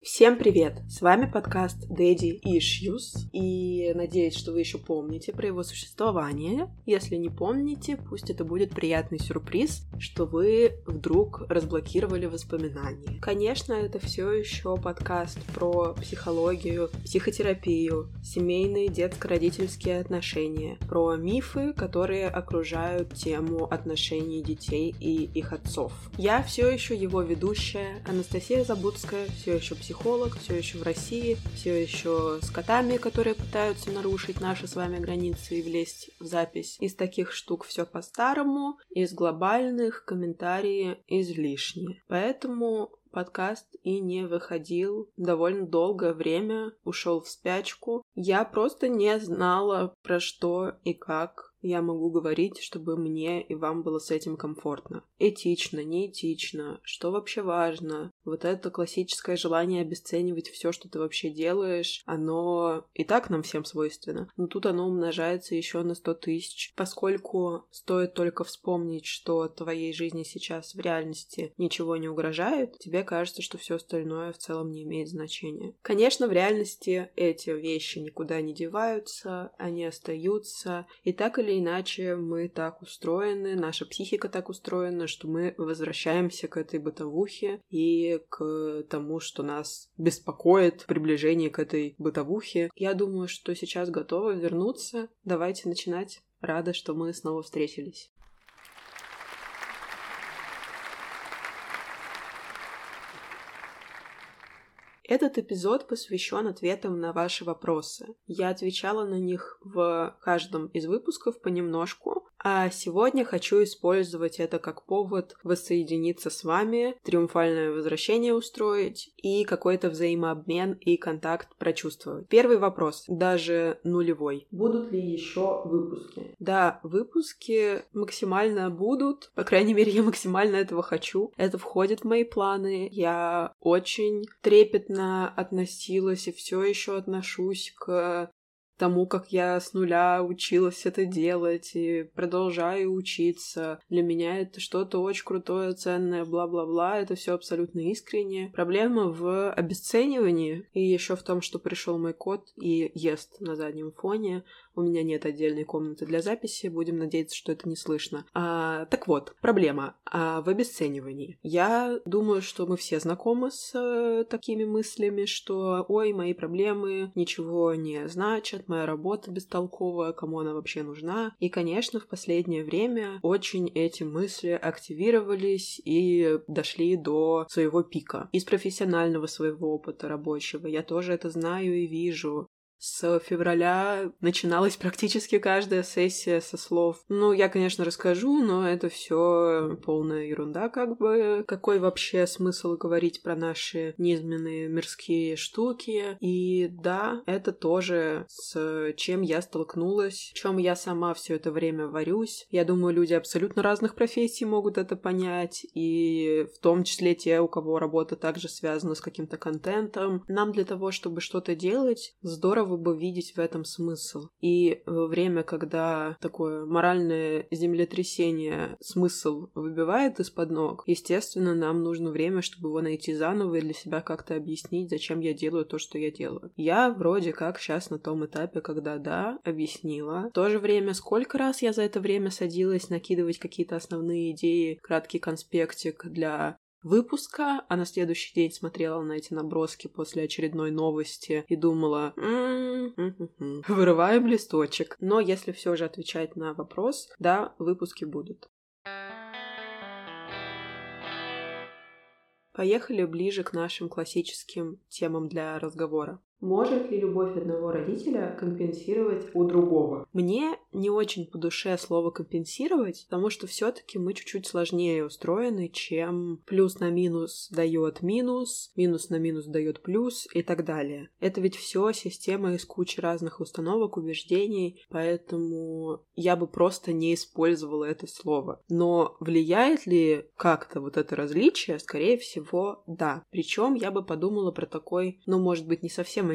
Всем привет! С вами подкаст Daddy Issues, и надеюсь, что вы еще помните про его существование. Если не помните, пусть это будет приятный сюрприз, что вы вдруг разблокировали воспоминания. Конечно, это все еще подкаст про психологию, психотерапию, семейные детско-родительские отношения, про мифы, которые окружают тему отношений детей и их отцов. Я все еще его ведущая Анастасия Забудская, все еще психолог, все еще в России, все еще с котами, которые пытаются нарушить наши с вами границы и влезть в запись. Из таких штук все по-старому, из глобальных комментарии излишние. Поэтому подкаст и не выходил довольно долгое время, ушел в спячку. Я просто не знала, про что и как я могу говорить, чтобы мне и вам было с этим комфортно. Этично, неэтично, что вообще важно. Вот это классическое желание обесценивать все, что ты вообще делаешь, оно и так нам всем свойственно. Но тут оно умножается еще на 100 тысяч. Поскольку стоит только вспомнить, что твоей жизни сейчас в реальности ничего не угрожает, тебе кажется, что все остальное в целом не имеет значения. Конечно, в реальности эти вещи никуда не деваются, они остаются, и так или иначе мы так устроены, наша психика так устроена, что мы возвращаемся к этой бытовухе и к тому, что нас беспокоит приближение к этой бытовухе. Я думаю, что сейчас готова вернуться. Давайте начинать. Рада, что мы снова встретились. Этот эпизод посвящен ответам на ваши вопросы. Я отвечала на них в каждом из выпусков понемножку, а сегодня хочу использовать это как повод воссоединиться с вами, триумфальное возвращение устроить и какой-то взаимообмен и контакт прочувствовать. Первый вопрос, даже нулевой. Будут ли еще выпуски? Да, выпуски максимально будут, по крайней мере, я максимально этого хочу. Это входит в мои планы. Я очень трепетно относилась и все еще отношусь к тому, как я с нуля училась это делать и продолжаю учиться. Для меня это что-то очень крутое, ценное, бла-бла-бла. Это все абсолютно искренне. Проблема в обесценивании и еще в том, что пришел мой кот и ест на заднем фоне. У меня нет отдельной комнаты для записи, будем надеяться, что это не слышно. Так вот, проблема в обесценивании. Я думаю, что мы все знакомы с такими мыслями, что «Ой, мои проблемы ничего не значат, моя работа бестолковая, кому она вообще нужна?» И, конечно, в последнее время очень эти мысли активировались и дошли до своего пика. Из профессионального своего опыта рабочего я тоже это знаю и вижу. С февраля начиналась практически каждая сессия со слов «Ну, я, конечно, расскажу, но это все полная ерунда, как бы. Какой вообще смысл говорить про наши низменные мирские штуки?» И да, это тоже с чем я столкнулась, в чем я сама все это время варюсь. Я думаю, люди абсолютно разных профессий могут это понять, и в том числе те, у кого работа также связана с каким-то контентом. Нам для того, чтобы что-то делать, здорово бы видеть в этом смысл. И во время, когда такое моральное землетрясение смысл выбивает из-под ног, естественно, нам нужно время, чтобы его найти заново и для себя как-то объяснить, зачем я делаю то, что я делаю. Я вроде как сейчас на том этапе, когда да, объяснила. В то же время, сколько раз я за это время садилась накидывать какие-то основные идеи, краткий конспектик для выпуска, а на следующий день смотрела на эти наброски после очередной новости и думала вырываем листочек. Но если все же отвечать на вопрос, да, выпуски будут. Поехали ближе к нашим классическим темам для разговора. Может ли любовь одного родителя компенсировать у другого? Мне не очень по душе слово «компенсировать», потому что все-таки мы чуть-чуть сложнее устроены, чем плюс на минус дает минус, минус на минус дает плюс и так далее. Это ведь все система из кучи разных установок, убеждений, поэтому я бы просто не использовала это слово. Но влияет ли как-то вот это различие? Скорее всего, да. Причем я бы подумала про такой, может быть, не совсем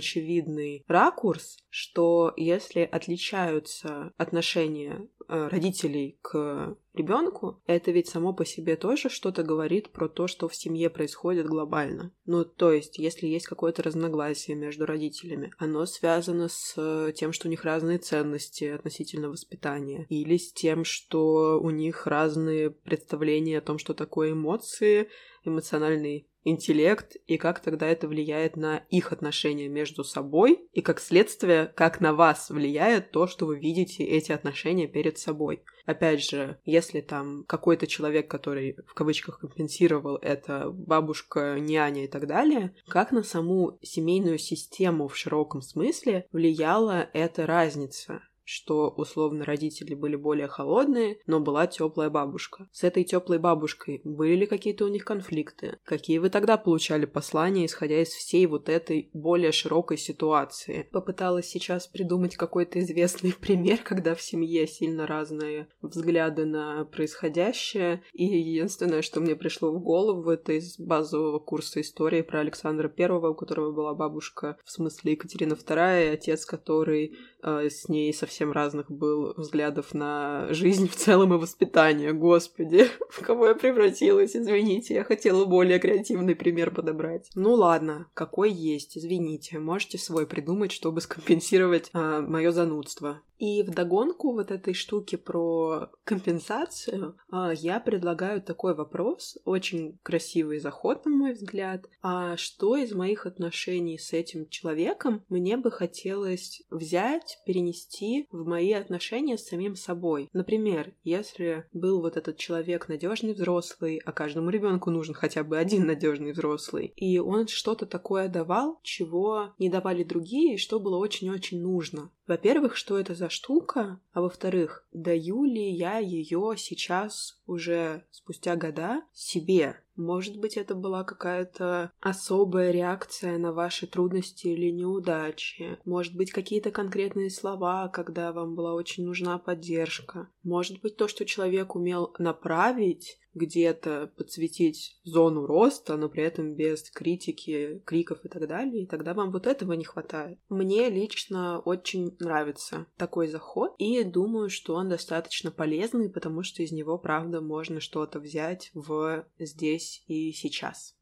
очевидный ракурс, что если отличаются отношения родителей к ребенку, это ведь само по себе тоже что-то говорит про то, что в семье происходит глобально. Ну, то есть, если есть какое-то разногласие между родителями, оно связано с тем, что у них разные ценности относительно воспитания, или с тем, что у них разные представления о том, что такое эмоции, эмоциональный интеллект, и как тогда это влияет на их отношения между собой, и как следствие, как на вас влияет то, что вы видите эти отношения перед собой. Опять же, если там какой-то человек, который в кавычках компенсировал это, бабушка, няня и так далее, как на саму семейную систему в широком смысле влияла эта разница? Что, условно, родители были более холодные, но была теплая бабушка. С этой теплой бабушкой были ли какие-то у них конфликты? Какие вы тогда получали послания, исходя из всей вот этой более широкой ситуации? Попыталась сейчас придумать какой-то известный пример, когда в семье сильно разные взгляды на происходящее, и единственное, что мне пришло в голову, это из базового курса истории про Александра Первого, у которого была бабушка, в смысле Екатерина Вторая, и отец, который с ней совсем разных был взглядов на жизнь в целом и воспитание. Господи, в кого я превратилась, извините, я хотела более креативный пример подобрать. Ну ладно, какой есть, извините, можете свой придумать, чтобы скомпенсировать мое занудство. И вдогонку вот этой штуки про компенсацию я предлагаю такой вопрос, очень красивый заход, на мой взгляд. А что из моих отношений с этим человеком мне бы хотелось взять, перенести в мои отношения с самим собой? Например, если был вот этот человек надежный взрослый, а каждому ребенку нужен хотя бы один надежный взрослый, и он что-то такое давал, чего не давали другие, и что было очень-очень нужно. Во-первых, что это за штука, а во-вторых, даю ли я ее сейчас, уже спустя года, себе? Может быть, это была какая-то особая реакция на ваши трудности или неудачи. Может быть, какие-то конкретные слова, когда вам была очень нужна поддержка. Может быть, то, что человек умел направить, где-то подсветить зону роста, но при этом без критики, криков и так далее, и тогда вам вот этого не хватает. Мне лично очень нравится такой заход, и думаю, что он достаточно полезный, потому что из него, правда, можно что-то взять в здесь и сейчас.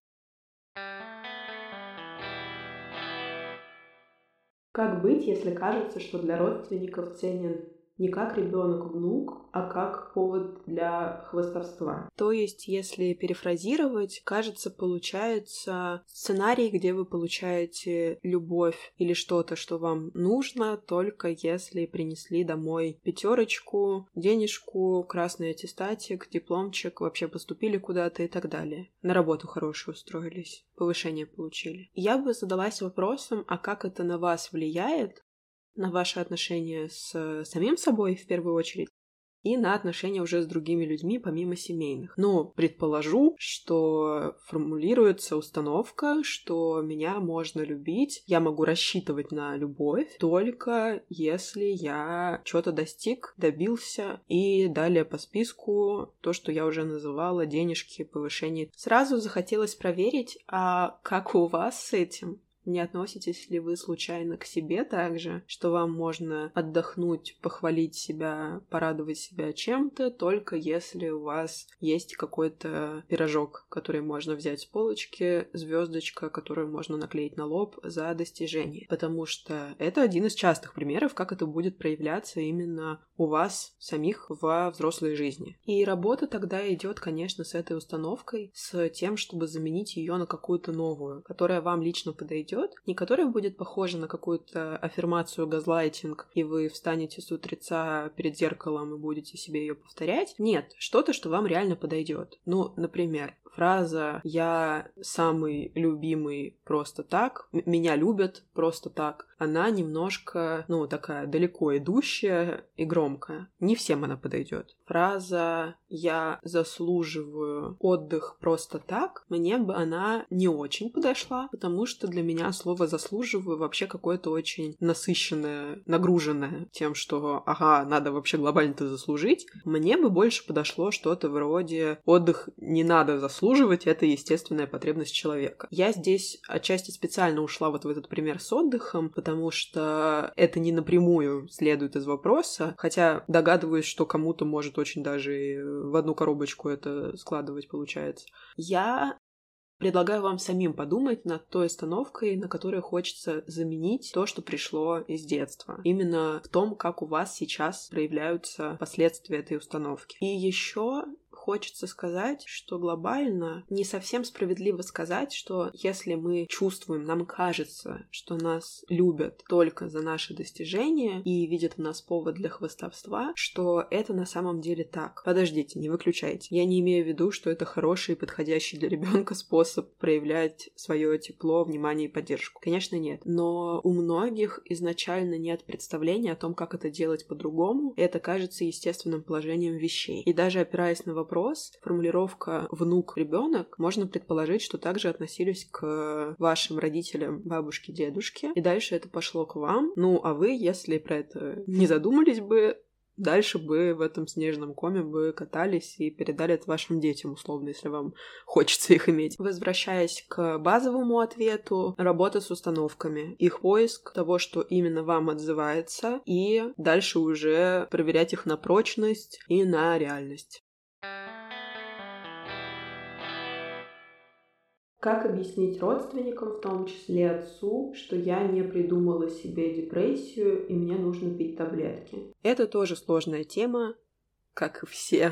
Как быть, если кажется, что для родственников ценен не как ребенок-внук, а как повод для хвастовства? То есть, если перефразировать, кажется, получается сценарий, где вы получаете любовь или что-то, что вам нужно, только если принесли домой 5, денежку, красный аттестатик, дипломчик, вообще поступили куда-то и так далее. На работу хорошую устроились, повышение получили. Я бы задалась вопросом, а как это на вас влияет, на ваши отношения с самим собой, в первую очередь, и на отношения уже с другими людьми, помимо семейных. Но предположу, что формулируется установка, что меня можно любить, я могу рассчитывать на любовь, только если я что-то достиг, добился, и далее по списку то, что я уже называла, денежки, повышение. Сразу захотелось проверить, а как у вас с этим? Не относитесь ли вы случайно к себе также, что вам можно отдохнуть, похвалить себя, порадовать себя чем-то, только если у вас есть какой-то пирожок, который можно взять с полочки, звездочка, которую можно наклеить на лоб за достижение? Потому что это один из частых примеров, как это будет проявляться именно у вас самих во взрослой жизни. И работа тогда идет, конечно, с этой установкой, с тем, чтобы заменить ее на какую-то новую, которая вам лично подойдет, не которая будет похожа на какую-то аффирмацию, газлайтинг, и вы встанете с утреца перед зеркалом и будете себе ее повторять. Нет, что-то, что вам реально подойдет. Ну, например, фраза «я самый любимый просто так», «меня любят просто так», она немножко, такая далеко идущая и громкая. Не всем она подойдет. Фраза «я заслуживаю отдых просто так», мне бы она не очень подошла, потому что для меня меня слово «заслуживаю» вообще какое-то очень насыщенное, нагруженное тем, что, надо вообще глобально-то заслужить. Мне бы больше подошло что-то вроде «отдых не надо заслуживать, это естественная потребность человека». Я здесь отчасти специально ушла вот в этот пример с отдыхом, потому что это не напрямую следует из вопроса, хотя догадываюсь, что кому-то может очень даже и в одну коробочку это складывать получается. Я предлагаю вам самим подумать над той остановкой, на которой хочется заменить то, что пришло из детства. Именно в том, как у вас сейчас проявляются последствия этой установки. И еще хочется сказать, что глобально не совсем справедливо сказать, что если мы чувствуем, нам кажется, что нас любят только за наши достижения и видят в нас повод для хвастовства, что это на самом деле так. Подождите, не выключайте. Я не имею в виду, что это хороший и подходящий для ребенка способ проявлять свое тепло, внимание и поддержку. Конечно, нет. Но у многих изначально нет представления о том, как это делать по-другому. Это кажется естественным положением вещей. И даже опираясь на вопрос, формулировка «внук-ребенок», можно предположить, что также относились к вашим родителям, бабушке, дедушке, и дальше это пошло к вам. Ну, а вы, если про это не задумались бы, дальше бы в этом снежном коме бы катались и передали это вашим детям, условно, если вам хочется их иметь. Возвращаясь к базовому ответу, работа с установками, их поиск того, что именно вам отзывается, и дальше уже проверять их на прочность и на реальность. Как объяснить родственникам, в том числе отцу, что я не придумала себе депрессию и мне нужно пить таблетки? Это тоже сложная тема, как и все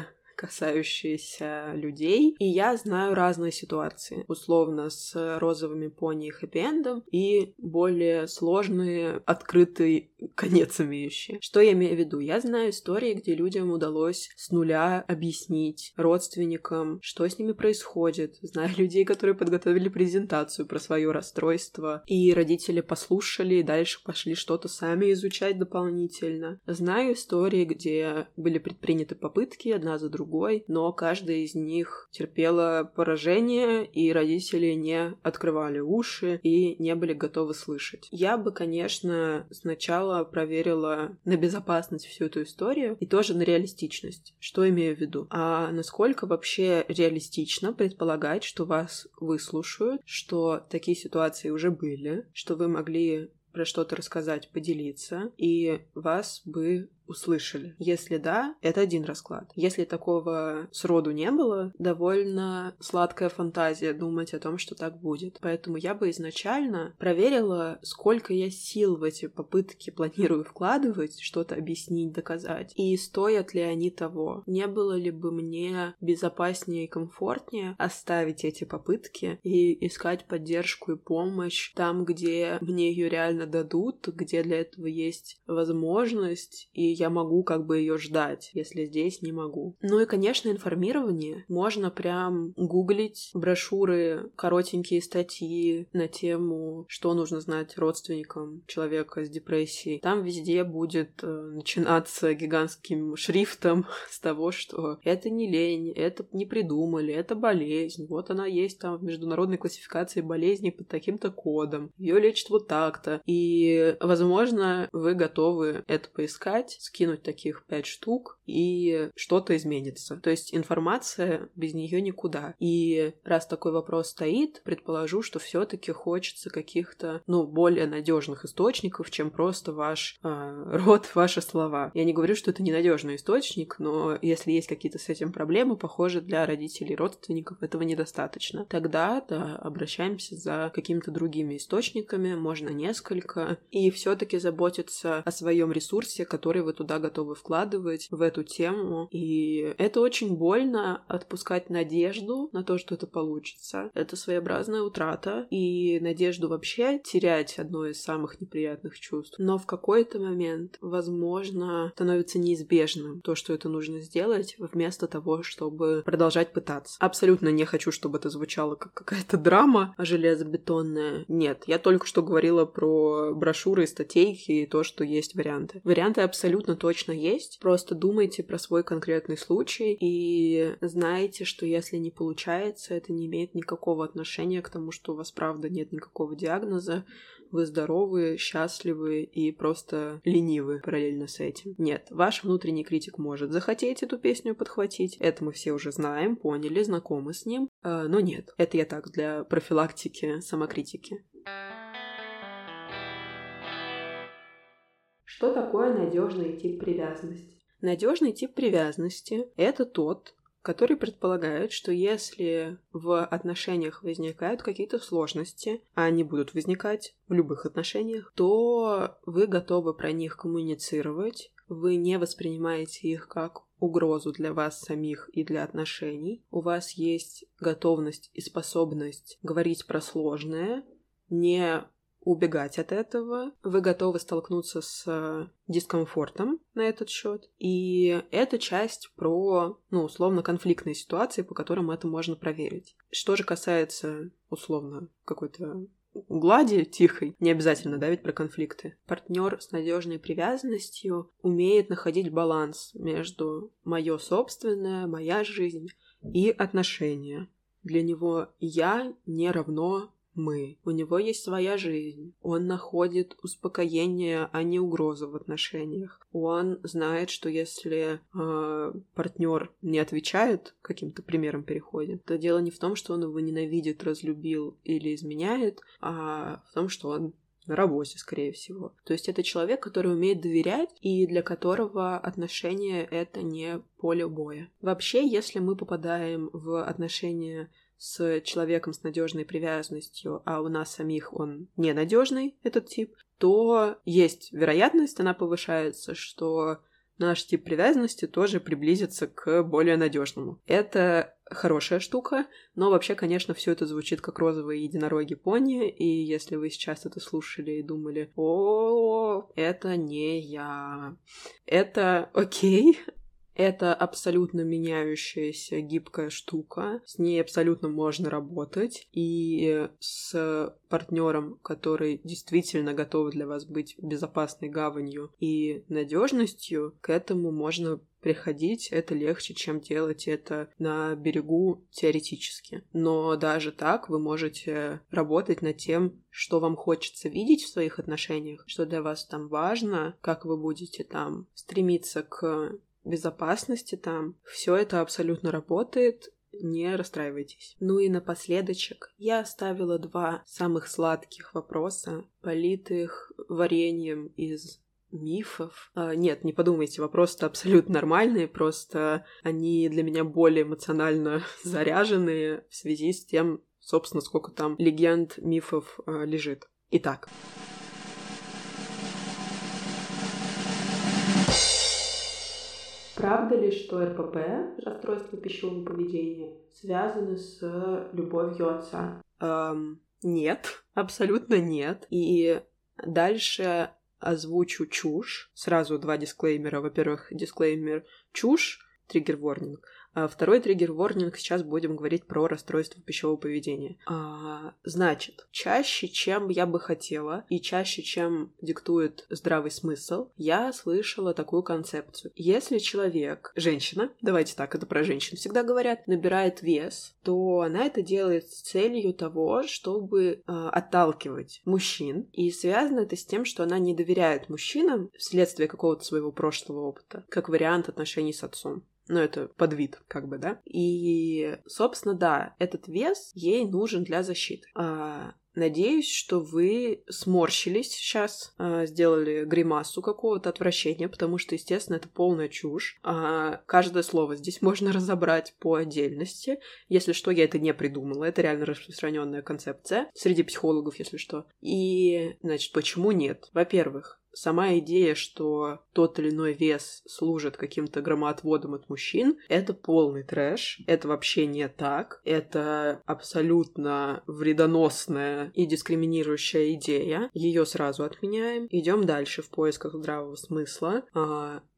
касающиеся людей. И я знаю разные ситуации. Условно, с розовыми пони и хэппи-эндом, и более сложные, открытый конец имеющие. Что я имею в виду? Я знаю истории, где людям удалось с нуля объяснить родственникам, что с ними происходит. Знаю людей, которые подготовили презентацию про свое расстройство, и родители послушали, и дальше пошли что-то сами изучать дополнительно. Знаю истории, где были предприняты попытки одна за другой, но каждая из них терпела поражение, и родители не открывали уши и не были готовы слышать. Я бы, конечно, сначала проверила на безопасность всю эту историю и тоже на реалистичность. Что имею в виду? А насколько вообще реалистично предполагать, что вас выслушают, что такие ситуации уже были, что вы могли про что-то рассказать, поделиться, и вас бы услышали. Если да, это один расклад. Если такого сроду не было, довольно сладкая фантазия думать о том, что так будет. Поэтому я бы изначально проверила, сколько я сил в эти попытки планирую вкладывать, что-то объяснить, доказать, и стоят ли они того. Не было ли бы мне безопаснее и комфортнее оставить эти попытки и искать поддержку и помощь там, где мне ее реально дадут, где для этого есть возможность, и я могу как бы ее ждать, если здесь не могу. Ну и, конечно, информирование. Можно прям гуглить брошюры, коротенькие статьи на тему, что нужно знать родственникам человека с депрессией. Там везде будет начинаться гигантским шрифтом с того, что это не лень, это не придумали, это болезнь. Вот она есть там в международной классификации болезней под таким-то кодом. Ее лечат вот так-то. И, возможно, вы готовы это поискать, скинуть таких 5 штук, и что-то изменится. То есть информация, без нее никуда. И раз такой вопрос стоит, предположу, что все-таки хочется каких-то, более надежных источников, чем просто ваш род, ваши слова. Я не говорю, что это ненадежный источник, но если есть какие-то с этим проблемы, похоже, для родителей и родственников этого недостаточно. Тогда, да, обращаемся за какими-то другими источниками, можно несколько, и все-таки заботиться о своем ресурсе, который вы туда готовы вкладывать в эту тему. И это очень больно отпускать надежду на то, что это получится. Это своеобразная утрата. И надежду вообще терять — одно из самых неприятных чувств. Но в какой-то момент, возможно, становится неизбежным то, что это нужно сделать, вместо того, чтобы продолжать пытаться. Абсолютно не хочу, чтобы это звучало как какая-то драма железобетонная. Нет, я только что говорила про брошюры и статейки и то, что есть варианты. Варианты абсолютно абсолютно точно есть. Просто думайте про свой конкретный случай и знайте, что если не получается, это не имеет никакого отношения к тому, что у вас правда нет никакого диагноза, вы здоровы, счастливы и просто ленивы параллельно с этим. Нет, ваш внутренний критик может захотеть эту песню подхватить, это мы все уже знаем, поняли, знакомы с ним, но нет, это я так для профилактики самокритики. Что такое надежный тип привязанности? Надежный тип привязанности — это тот, который предполагает, что если в отношениях возникают какие-то сложности, а они будут возникать в любых отношениях, то вы готовы про них коммуницировать, вы не воспринимаете их как угрозу для вас самих и для отношений, у вас есть готовность и способность говорить про сложное, не убегать от этого, вы готовы столкнуться с дискомфортом на этот счет. И это часть про, условно, конфликтные ситуации, по которым это можно проверить. Что же касается, условно, какой-то глади тихой, не обязательно, да, ведь про конфликты. Партнер с надежной привязанностью умеет находить баланс между моё собственное, моя жизнь и отношения. Для него я не равно мы. У него есть своя жизнь. Он находит успокоение, а не угрозу в отношениях. Он знает, что если партнер не отвечает, каким-то примером переходим, то дело не в том, что он его ненавидит, разлюбил или изменяет, а в том, что он на работе, скорее всего. То есть это человек, который умеет доверять и для которого отношения — это не поле боя. Вообще, если мы попадаем в отношения с человеком с надежной привязанностью, а у нас самих он ненадежный, этот тип, то есть вероятность, она повышается, что наш тип привязанности тоже приблизится к более надежному. Это хорошая штука, но вообще, конечно, все это звучит как розовые единороги-пони, и если вы сейчас это слушали и думали: «О, это не я», это окей. Это абсолютно меняющаяся гибкая штука, с ней абсолютно можно работать, и с партнером, который действительно готов для вас быть безопасной гаванью и надежностью, к этому можно приходить, это легче, чем делать это на берегу теоретически. Но даже так вы можете работать над тем, что вам хочется видеть в своих отношениях, что для вас там важно, как вы будете там стремиться к безопасности там. Все это абсолютно работает, не расстраивайтесь. Ну и напоследочек я оставила 2 самых сладких вопроса, политых вареньем из мифов. Нет, не подумайте, вопросы-то абсолютно нормальные, просто они для меня более эмоционально заряженные в связи с тем, собственно, сколько там легенд, мифов лежит. Итак. Правда ли, что РПП, расстройство пищевого поведения, связаны с любовью отца? Нет, абсолютно нет. И дальше озвучу чушь. Сразу 2 дисклеймера. Во-первых, дисклеймер чушь, триггер-ворнинг. А второй триггер-ворнинг, сейчас будем говорить про расстройство пищевого поведения. Значит, чаще, чем я бы хотела, и чаще, чем диктует здравый смысл, я слышала такую концепцию. Если человек, женщина, давайте так, это про женщин всегда говорят, набирает вес, то она это делает с целью того, чтобы отталкивать мужчин. И связано это с тем, что она не доверяет мужчинам вследствие какого-то своего прошлого опыта, как вариант отношений с отцом. Ну, это подвид, как бы, да? И, собственно, да, этот вес ей нужен для защиты. Надеюсь, что вы сморщились сейчас, сделали гримасу какого-то отвращения, потому что, естественно, это полная чушь. Каждое слово здесь можно разобрать по отдельности. Если что, я это не придумала. Это реально распространенная концепция среди психологов, если что. И, значит, почему нет? Во-первых, сама идея, что тот или иной вес служит каким-то громоотводом от мужчин, это полный трэш. Это вообще не так. Это абсолютно вредоносная и дискриминирующая идея. Ее сразу отменяем. Идем дальше в поисках здравого смысла.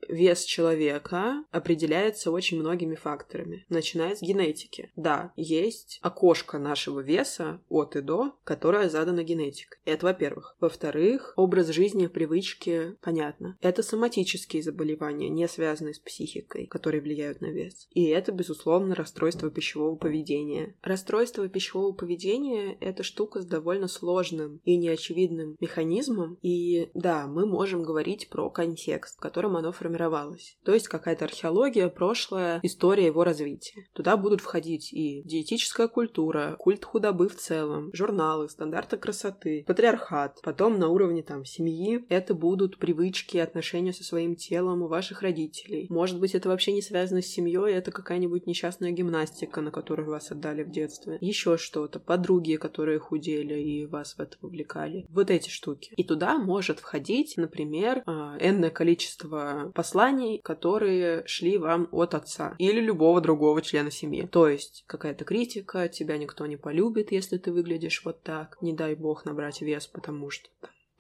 вес человека определяется очень многими факторами, начиная с генетики. Да, есть окошко нашего веса от и до, которое задано генетикой. Это во-первых. Во-вторых, образ жизни, привычки, понятно. Это соматические заболевания, не связанные с психикой, которые влияют на вес. И это, безусловно, расстройство пищевого поведения. Расстройство пищевого поведения — это штука с довольно сложным и неочевидным механизмом. И да, мы можем говорить про контекст, в котором оно формировалось. То есть какая-то археология, прошлое, история его развития. Туда будут входить и диетическая культура, культ худобы в целом, журналы, стандарты красоты, патриархат. Потом на уровне семьи это будут привычки, отношения со своим телом у ваших родителей. Может быть, это вообще не связано с семьей, это какая-нибудь несчастная гимнастика, на которую вас отдали в детстве. Еще что-то. Подруги, которые худели и вас в это вовлекали. Вот эти штуки. И туда может входить, например, энное количество посланий, которые шли вам от отца или любого другого члена семьи. То есть какая-то критика, тебя никто не полюбит, если ты выглядишь вот так. Не дай бог набрать вес, потому что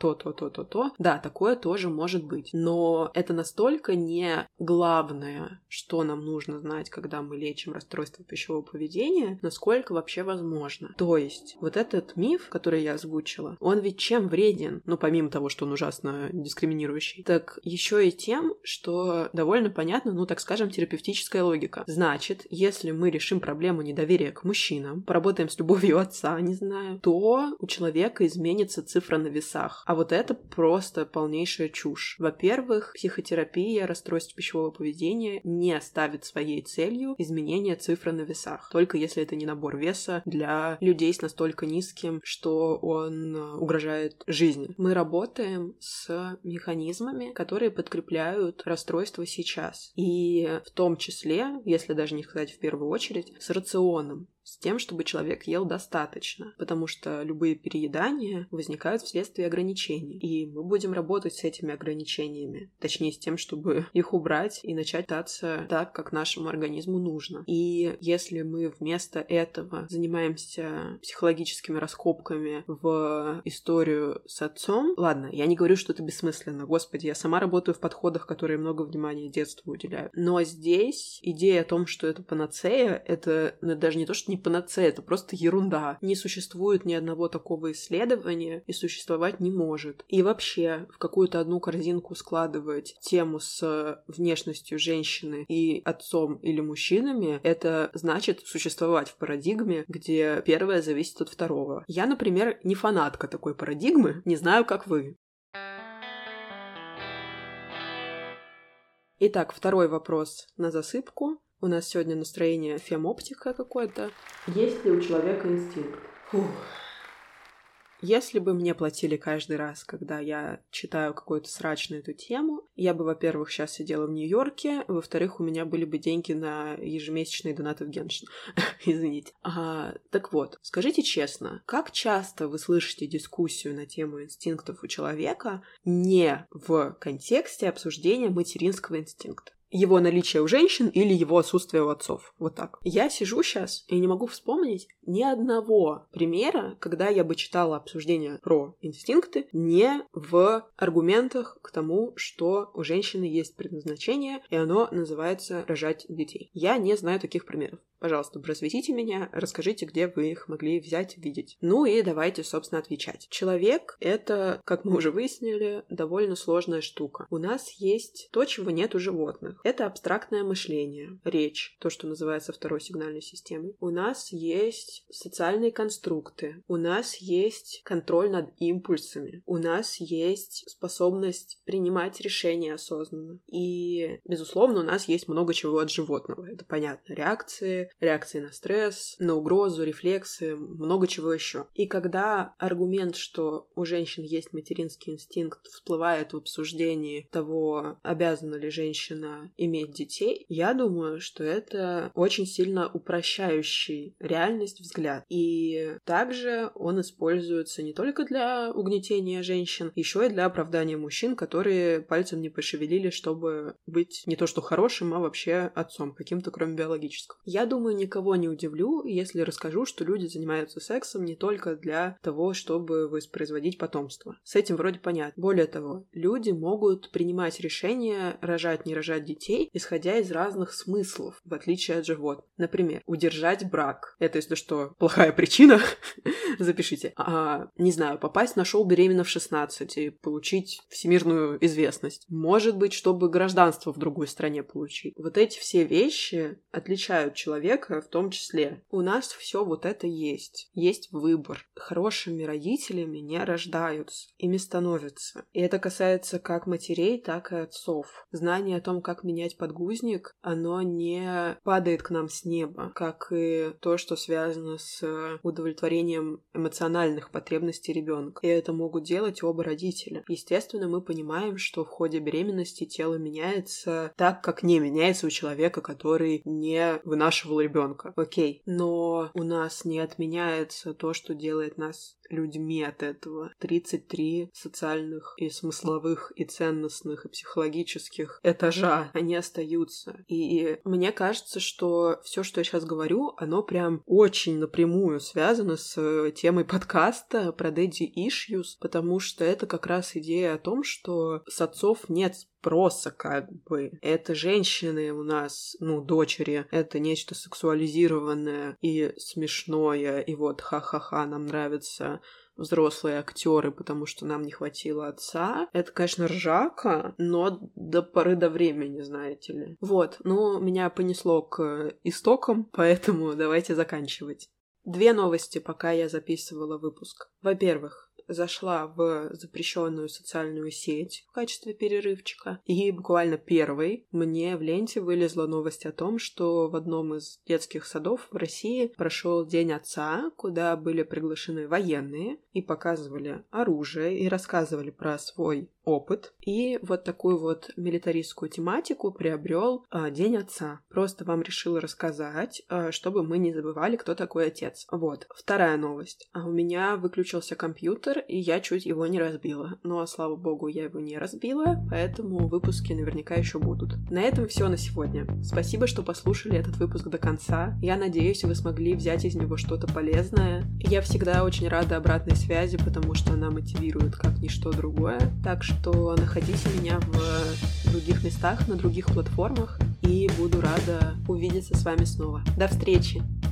то. Да, такое тоже может быть. Но это настолько не главное, что нам нужно знать, когда мы лечим расстройство пищевого поведения, насколько вообще возможно. То есть вот этот миф, который я озвучила, он ведь чем вреден? Ну, помимо того, что он ужасно дискриминирующий, так еще и тем, что довольно понятно, так скажем, терапевтическая логика. Значит, если мы решим проблему недоверия к мужчинам, поработаем с любовью отца, не знаю, то у человека изменится цифра на весах. А вот это просто полнейшая чушь. Во-первых, психотерапия расстройств пищевого поведения не ставит своей целью изменение цифры на весах. Только если это не набор веса для людей с настолько низким, что он угрожает жизни. Мы работаем с механизмами, которые подкрепляют расстройство сейчас. И в том числе, если даже не сказать в первую очередь, с рационом. С тем, чтобы человек ел достаточно, потому что любые переедания возникают вследствие ограничений, и мы будем работать с этими ограничениями, точнее с тем, чтобы их убрать и начать питаться так, как нашему организму нужно. И если мы вместо этого занимаемся психологическими раскопками в историю с отцом, ладно, я не говорю, что это бессмысленно, господи, я сама работаю в подходах, которые много внимания детству уделяют, но здесь идея о том, что это панацея, это даже не то, что не панацея, это просто ерунда. Не существует ни одного такого исследования и существовать не может. И вообще в какую-то одну корзинку складывать тему с внешностью женщины и отцом или мужчинами, это значит существовать в парадигме, где первое зависит от второго. Я, например, не фанатка такой парадигмы, не знаю, как вы. Итак, второй вопрос на засыпку. У нас сегодня настроение фемоптика какое-то. Есть ли у человека инстинкт? Если бы мне платили каждый раз, когда я читаю какой-то срач на эту тему, я бы, во-первых, сейчас сидела в Нью-Йорке, во-вторых, у меня были бы деньги на ежемесячные донаты в Геншин. Извините. Так вот, скажите честно, как часто вы слышите дискуссию на тему инстинктов у человека не в контексте обсуждения материнского инстинкта? Его наличие у женщин или его отсутствие у отцов. Вот так. Я сижу сейчас и не могу вспомнить ни одного примера, когда я бы читала обсуждение про инстинкты не в аргументах к тому, что у женщины есть предназначение, и оно называется рожать детей. Я не знаю таких примеров. Пожалуйста, просветите меня, расскажите, где вы их могли взять, видеть. Ну и давайте, собственно, отвечать. Человек — это, как мы уже выяснили, довольно сложная штука. У нас есть то, чего нет у животных. Это абстрактное мышление, речь, то, что называется второй сигнальной системой. У нас есть социальные конструкты. У нас есть контроль над импульсами. У нас есть способность принимать решения осознанно. И, безусловно, у нас есть много чего от животного. Это понятно. Реакции на стресс, на угрозу, рефлексы, много чего еще. И когда аргумент, что у женщин есть материнский инстинкт, всплывает в обсуждении того, обязана ли женщина иметь детей, я думаю, что это очень сильно упрощающий реальность взгляд. И также он используется не только для угнетения женщин, еще и для оправдания мужчин, которые пальцем не пошевелили, чтобы быть не то что хорошим, а вообще отцом, каким-то кроме биологического. Я думаю, никого не удивлю, если расскажу, что люди занимаются сексом не только для того, чтобы воспроизводить потомство. С этим вроде понятно. Более того, люди могут принимать решения рожать, не рожать детей, исходя из разных смыслов, в отличие от животных. Например, удержать брак. Это, если что, плохая причина. Запишите. Не знаю, попасть на шоу «Беременна в 16» и получить всемирную известность. Может быть, чтобы гражданство в другой стране получить. Вот эти все вещи отличают человека в том числе. У нас все вот это есть. Есть выбор. Хорошими родителями не рождаются. Ими становятся. И это касается как матерей, так и отцов. Знание о том, как менять подгузник, оно не падает к нам с неба, как и то, что связано с удовлетворением эмоциональных потребностей ребенка. И это могут делать оба родителя. Естественно, мы понимаем, что в ходе беременности тело меняется так, как не меняется у человека, который не вынашивал ребенка. Окей. Но у нас не отменяется то, что делает нас людьми от этого. 33 социальных и смысловых, и ценностных, и психологических этажа, они остаются. И мне кажется, что все, что я сейчас говорю, оно прям очень напрямую связано с темой подкаста про Daddy Issues, потому что это как раз идея о том, что с отцов нет спроса, как бы. Это женщины у нас, дочери, это нечто сексуализированное и смешное, и вот ха-ха-ха, нам нравятся взрослые актеры, потому что нам не хватило отца. Это, конечно, ржака, но до поры до времени, знаете ли. Вот, меня понесло к истокам, поэтому давайте заканчивать. 2 новости, пока я записывала выпуск. Во-первых, зашла в запрещенную социальную сеть в качестве перерывчика, и буквально первой мне в ленте вылезла новость о том, что в одном из детских садов в России прошел День отца, куда были приглашены военные и показывали оружие и рассказывали про свой опыт. И вот такую вот милитаристскую тематику приобрел День отца. Просто вам решила рассказать, чтобы мы не забывали, кто такой отец. Вот. Вторая новость. У меня выключился компьютер, и я чуть его не разбила. Но, слава богу, я его не разбила, поэтому выпуски наверняка еще будут. На этом все на сегодня. Спасибо, что послушали этот выпуск до конца. Я надеюсь, вы смогли взять из него что-то полезное. Я всегда очень рада обратной связи, потому что она мотивирует как ничто другое. Так что находите меня в других местах, на других платформах, и буду рада увидеться с вами снова. До встречи!